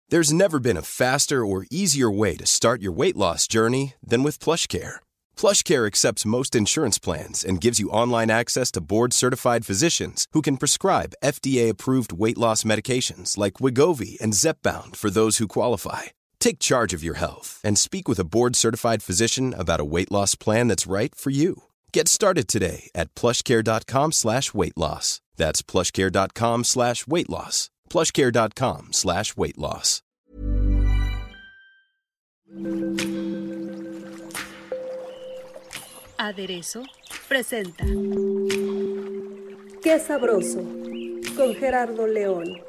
There's never been a faster or easier way to start your weight loss journey than with PlushCare. PlushCare accepts most insurance plans and gives you online access to board-certified physicians who can prescribe FDA-approved weight loss medications like Wegovy and Zepbound for those who qualify. Take charge of your health and speak with a board-certified physician about a weight loss plan that's right for you. Get started today at plushcare.com/weight loss. That's plushcare.com/weight loss. plushcare.com/weight loss. Aderezo presenta Qué sabroso, con Gerardo León.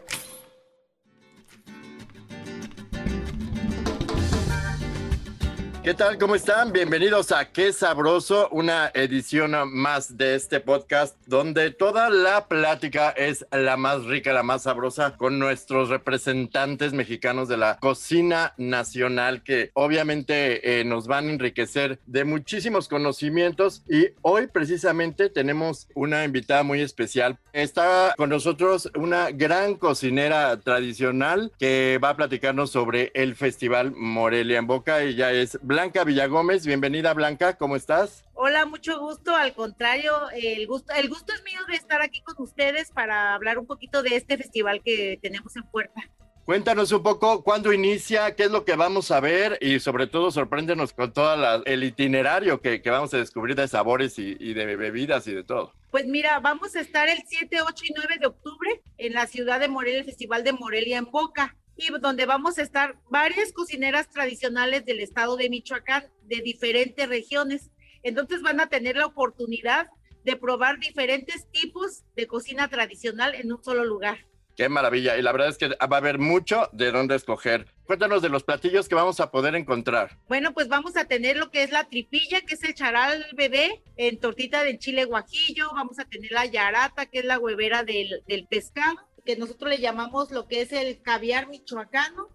¿Qué tal? ¿Cómo están? Bienvenidos a Qué Sabroso, una edición más de este podcast donde toda la plática es la más rica, la más sabrosa, con nuestros representantes mexicanos de la cocina nacional que obviamente nos van a enriquecer de muchísimos conocimientos. Y hoy precisamente tenemos una invitada muy especial. Está con nosotros una gran cocinera tradicional que va a platicarnos sobre el Festival Morelia en Boca. Ella es Blanca Villagómez. Bienvenida, Blanca, ¿cómo estás? Hola, mucho gusto. Al contrario, el gusto es mío de estar aquí con ustedes para hablar un poquito de este festival que tenemos en puerta. Cuéntanos un poco cuándo inicia, qué es lo que vamos a ver y sobre todo sorpréndenos con todo el itinerario que vamos a descubrir de sabores y de bebidas y de todo. Pues mira, vamos a estar el 7, 8 y 9 de octubre en la ciudad de Morelia, el Festival de Morelia en Boca, y donde vamos a estar varias cocineras tradicionales del estado de Michoacán, de diferentes regiones. Entonces van a tener la oportunidad de probar diferentes tipos de cocina tradicional en un solo lugar. ¡Qué maravilla! Y la verdad es que va a haber mucho de dónde escoger. Cuéntanos de los platillos que vamos a poder encontrar. Bueno, pues vamos a tener lo que es la tripilla, que es el charal bebé en tortita de chile guajillo. Vamos a tener la yarata, que es la huevera del pescado, que nosotros le llamamos lo que es el caviar michoacano,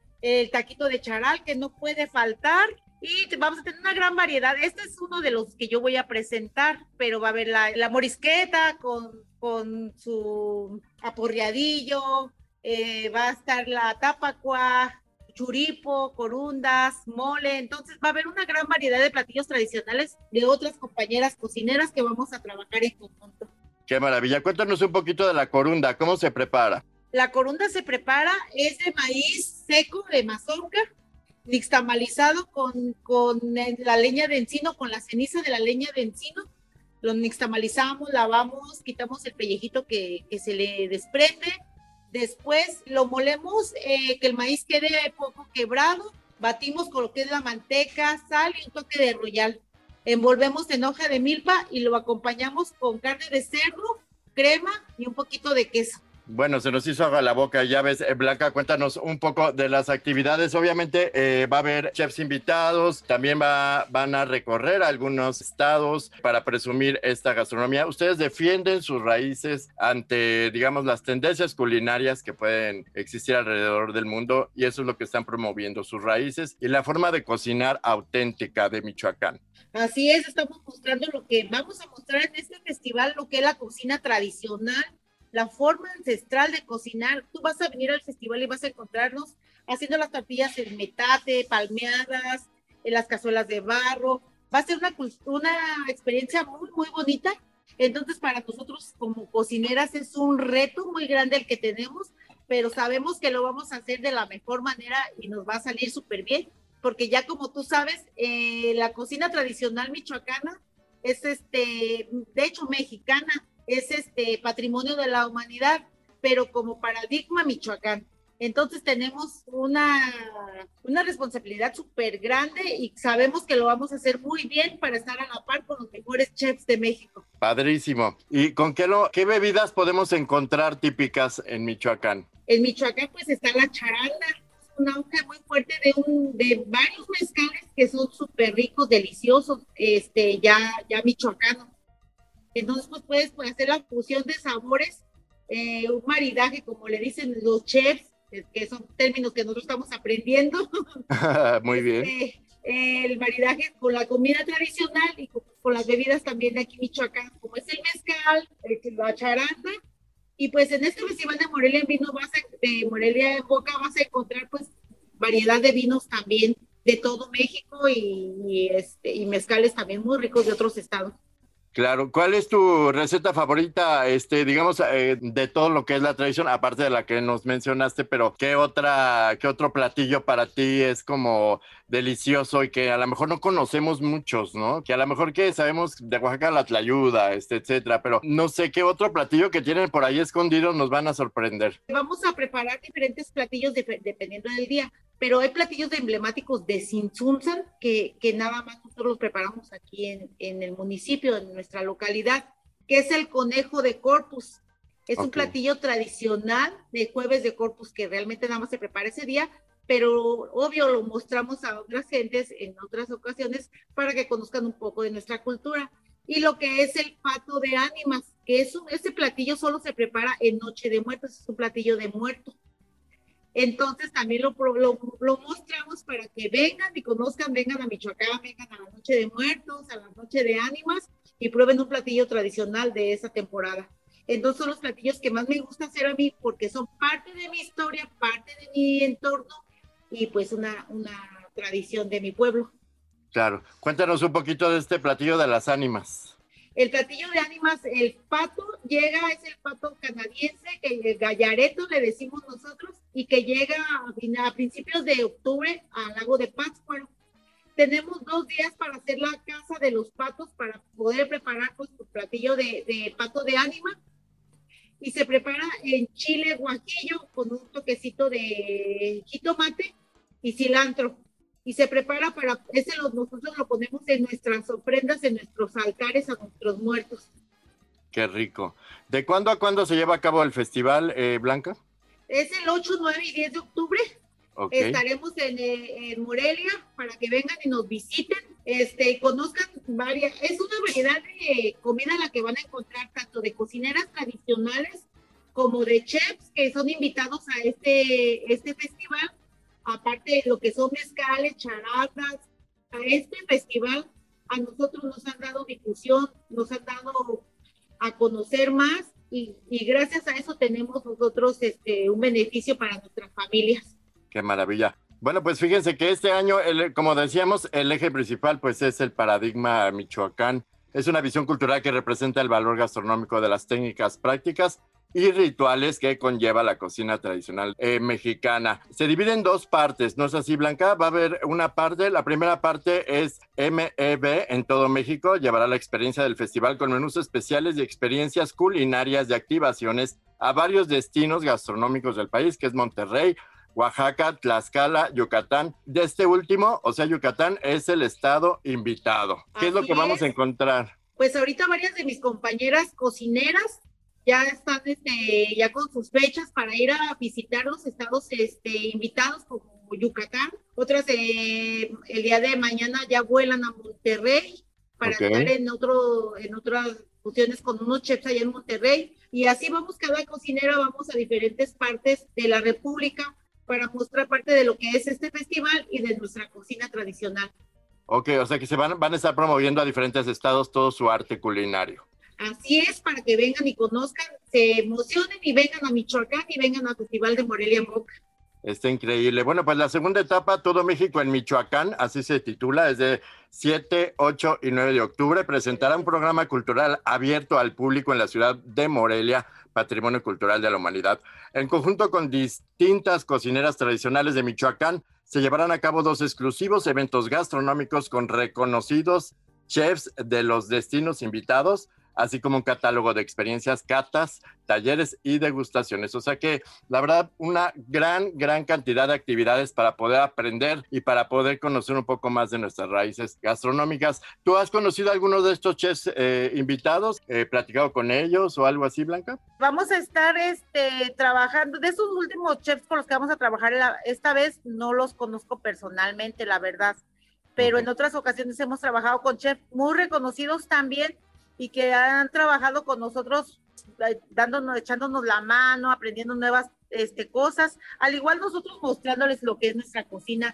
el taquito de charal, que no puede faltar, y vamos a tener una gran variedad. Este es uno de los que yo voy a presentar, pero va a haber la morisqueta con su aporreadillo, va a estar la tapacua, churipo, corundas, mole. Entonces va a haber una gran variedad de platillos tradicionales de otras compañeras cocineras que vamos a trabajar en conjunto. ¡Qué maravilla! Cuéntanos un poquito de la corunda, ¿cómo se prepara? La corunda se prepara, es de maíz seco, de mazorca, nixtamalizado con la leña de encino, con la ceniza de la leña de encino. Lo nixtamalizamos, lavamos, quitamos el pellejito que se le desprende. Después lo molemos, que el maíz quede poco quebrado. Batimos con lo que es la manteca, sal y un toque de royal. Envolvemos en hoja de milpa y lo acompañamos con carne de cerdo, crema y un poquito de queso. Bueno, se nos hizo agua la boca, ya ves. Blanca, cuéntanos un poco de las actividades. Obviamente va a haber chefs invitados, también van a recorrer algunos estados para presumir esta gastronomía. Ustedes defienden sus raíces ante, digamos, las tendencias culinarias que pueden existir alrededor del mundo, y eso es lo que están promoviendo, sus raíces y la forma de cocinar auténtica de Michoacán. Así es, estamos mostrando lo que vamos a mostrar en este festival, lo que es la cocina tradicional, la forma ancestral de cocinar. Tú vas a venir al festival y vas a encontrarnos haciendo las tortillas en metate, palmeadas, en las cazuelas de barro. Va a ser una experiencia muy, muy bonita. Entonces, para nosotros como cocineras es un reto muy grande el que tenemos, pero sabemos que lo vamos a hacer de la mejor manera y nos va a salir súper bien, porque ya como tú sabes, la cocina tradicional michoacana es de hecho mexicana, es patrimonio de la humanidad, pero como paradigma Michoacán. Entonces tenemos una responsabilidad súper grande y sabemos que lo vamos a hacer muy bien para estar a la par con los mejores chefs de México. Padrísimo. ¿Y con qué bebidas podemos encontrar típicas en Michoacán? En Michoacán pues está la charanda, un auge muy fuerte de varios mezcales que son súper ricos, deliciosos, ya michoacanos. Entonces, pues puedes hacer la fusión de sabores, un maridaje, como le dicen los chefs, que son términos que nosotros estamos aprendiendo. Muy bien. El maridaje con la comida tradicional y con las bebidas también de aquí Michoacán, como es el mezcal, la charanda Y pues en este Festival de Morelia en Vino, de Morelia en Boca, vas a encontrar pues variedad de vinos también de todo México y mezcales también muy ricos de otros estados. Claro, ¿cuál es tu receta favorita, digamos, de todo lo que es la tradición, aparte de la que nos mencionaste, pero qué otro platillo para ti es como delicioso y que a lo mejor no conocemos muchos, ¿no? Que a lo mejor que sabemos de Oaxaca la tlayuda, etcétera, pero no sé qué otro platillo que tienen por ahí escondidos nos van a sorprender. Vamos a preparar diferentes platillos dependiendo del día, pero hay platillos emblemáticos de Tzintzuntzan que nada más nosotros los preparamos aquí en el municipio, en nuestra localidad, que es el conejo de Corpus. Es un platillo tradicional de Jueves de Corpus que realmente nada más se prepara ese día, pero obvio lo mostramos a otras gentes en otras ocasiones para que conozcan un poco de nuestra cultura. Y lo que es el pato de ánimas, que ese platillo solo se prepara en Noche de Muertos, es un platillo de muerto. Entonces también lo mostramos para que vengan y conozcan, vengan a Michoacán, vengan a la Noche de Muertos, a la Noche de Ánimas y prueben un platillo tradicional de esa temporada. Entonces son los platillos que más me gusta hacer a mí porque son parte de mi historia, parte de mi entorno y pues una tradición de mi pueblo. Claro, cuéntanos un poquito de este platillo de las ánimas. El platillo de ánimas, el pato es el pato canadiense, el gallareto le decimos nosotros, y que llega a principios de octubre al lago de Pátzcuaro. Tenemos 2 días para hacer la caza de los patos, para poder preparar pues, tu platillo de pato de ánima, y se prepara en chile guajillo con un toquecito de jitomate y cilantro. Y se prepara nosotros lo ponemos en nuestras ofrendas, en nuestros altares a nuestros muertos. Qué rico. ¿De cuándo a cuándo se lleva a cabo el festival, Blanca? Es el 8, 9 y 10 de octubre. Okay. Estaremos en Morelia para que vengan y nos visiten, conozcan es una variedad de comida la que van a encontrar, tanto de cocineras tradicionales como de chefs que son invitados a este festival. Aparte de lo que son mezcales, charadas, a este festival a nosotros nos han dado difusión, nos han dado a conocer más y gracias a eso tenemos nosotros un beneficio para nuestras familias. Qué maravilla. Bueno, pues fíjense que este año, como decíamos, el eje principal pues es el paradigma Michoacán. Es una visión cultural que representa el valor gastronómico de las técnicas prácticas y rituales que conlleva la cocina tradicional mexicana. Se divide en 2 partes, ¿no es así, Blanca? Va a haber una parte, la primera parte es MEB en todo México, llevará la experiencia del festival con menús especiales y experiencias culinarias de activaciones a varios destinos gastronómicos del país, que es Monterrey, Oaxaca, Tlaxcala, Yucatán. De este último, o sea, Yucatán es el estado invitado. ¿Qué es lo que vamos a encontrar? Pues ahorita varias de mis compañeras cocineras ya están ya con sus fechas para ir a visitar los estados invitados como Yucatán. Otras el día de mañana ya vuelan a Monterrey para estar en otras funciones con unos chefs allá en Monterrey. Y así vamos, cada cocinera vamos a diferentes partes de la República para mostrar parte de lo que es este festival y de nuestra cocina tradicional. Ok, o sea que se van a estar promoviendo a diferentes estados todo su arte culinario. Así es, para que vengan y conozcan, se emocionen y vengan a Michoacán y vengan al Festival de Morelia en Boca. Está increíble. Bueno, pues la segunda etapa, Todo México en Michoacán, así se titula, es de 7, 8 y 9 de octubre. Presentará un programa cultural abierto al público en la ciudad de Morelia, Patrimonio Cultural de la Humanidad. En conjunto con distintas cocineras tradicionales de Michoacán, se llevarán a cabo 2 exclusivos eventos gastronómicos con reconocidos chefs de los destinos invitados, así como un catálogo de experiencias, catas, talleres y degustaciones. O sea que, la verdad, una gran cantidad de actividades para poder aprender y para poder conocer un poco más de nuestras raíces gastronómicas. ¿Tú has conocido a algunos de estos chefs invitados? ¿Platicado con ellos o algo así, Blanca? Vamos a estar trabajando, de esos últimos chefs con los que vamos a trabajar esta vez, no los conozco personalmente, la verdad, pero en otras ocasiones hemos trabajado con chefs muy reconocidos también, y que han trabajado con nosotros, echándonos la mano, aprendiendo nuevas cosas, al igual nosotros mostrándoles lo que es nuestra cocina,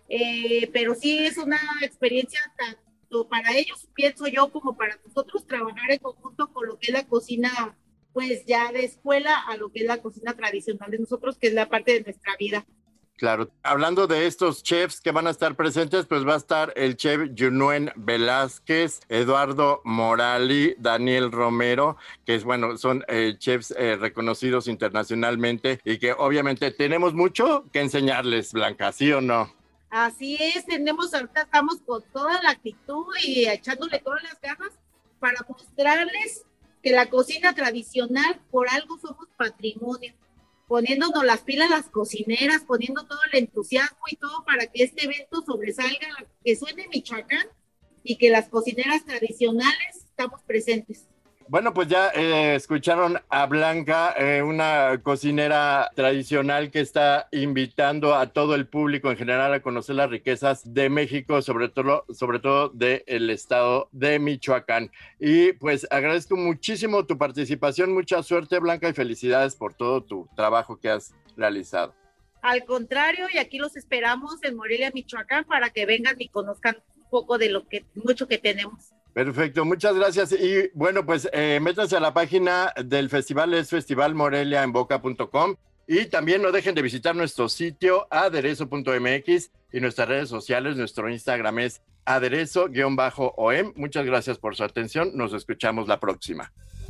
pero sí es una experiencia tanto para ellos, pienso yo, como para nosotros trabajar en conjunto con lo que es la cocina pues ya de escuela a lo que es la cocina tradicional de nosotros, que es la parte de nuestra vida. Claro, hablando de estos chefs que van a estar presentes, pues va a estar el chef Yunuen Velázquez, Eduardo Morali, Daniel Romero, que es bueno, son chefs reconocidos internacionalmente y que obviamente tenemos mucho que enseñarles, Blanca, ¿sí o no? Así es, ahorita estamos con toda la actitud y echándole todas las ganas para mostrarles que la cocina tradicional, por algo somos patrimonio, poniéndonos las pilas las cocineras, poniendo todo el entusiasmo y todo para que este evento sobresalga, que suene Michoacán y que las cocineras tradicionales estamos presentes. Bueno, pues ya escucharon a Blanca, una cocinera tradicional que está invitando a todo el público en general a conocer las riquezas de México, sobre todo del estado de Michoacán. Y pues agradezco muchísimo tu participación, mucha suerte, Blanca, y felicidades por todo tu trabajo que has realizado. Al contrario, y aquí los esperamos en Morelia, Michoacán, para que vengan y conozcan un poco de mucho que tenemos. Perfecto, muchas gracias. Y bueno, pues métanse a la página del festival, es festivalmoreliaenboca.com, y también no dejen de visitar nuestro sitio aderezo.mx y nuestras redes sociales. Nuestro Instagram es aderezo_om. Muchas gracias por su atención. Nos escuchamos la próxima.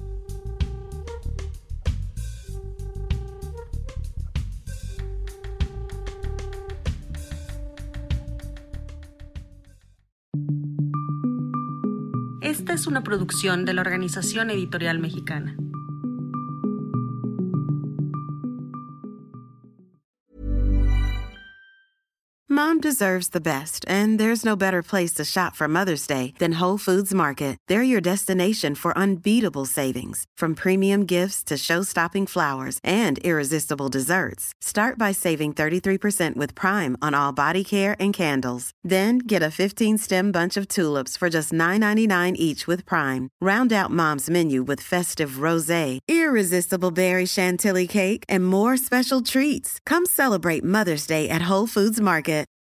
Esta es una producción de la Organización Editorial Mexicana. Mom deserves the best, and there's no better place to shop for Mother's Day than Whole Foods Market. They're your destination for unbeatable savings, from premium gifts to show-stopping flowers and irresistible desserts. Start by saving 33% with Prime on all body care and candles. Then get a 15-stem bunch of tulips for just $9.99 each with Prime. Round out Mom's menu with festive rosé, irresistible berry chantilly cake, and more special treats. Come celebrate Mother's Day at Whole Foods Market.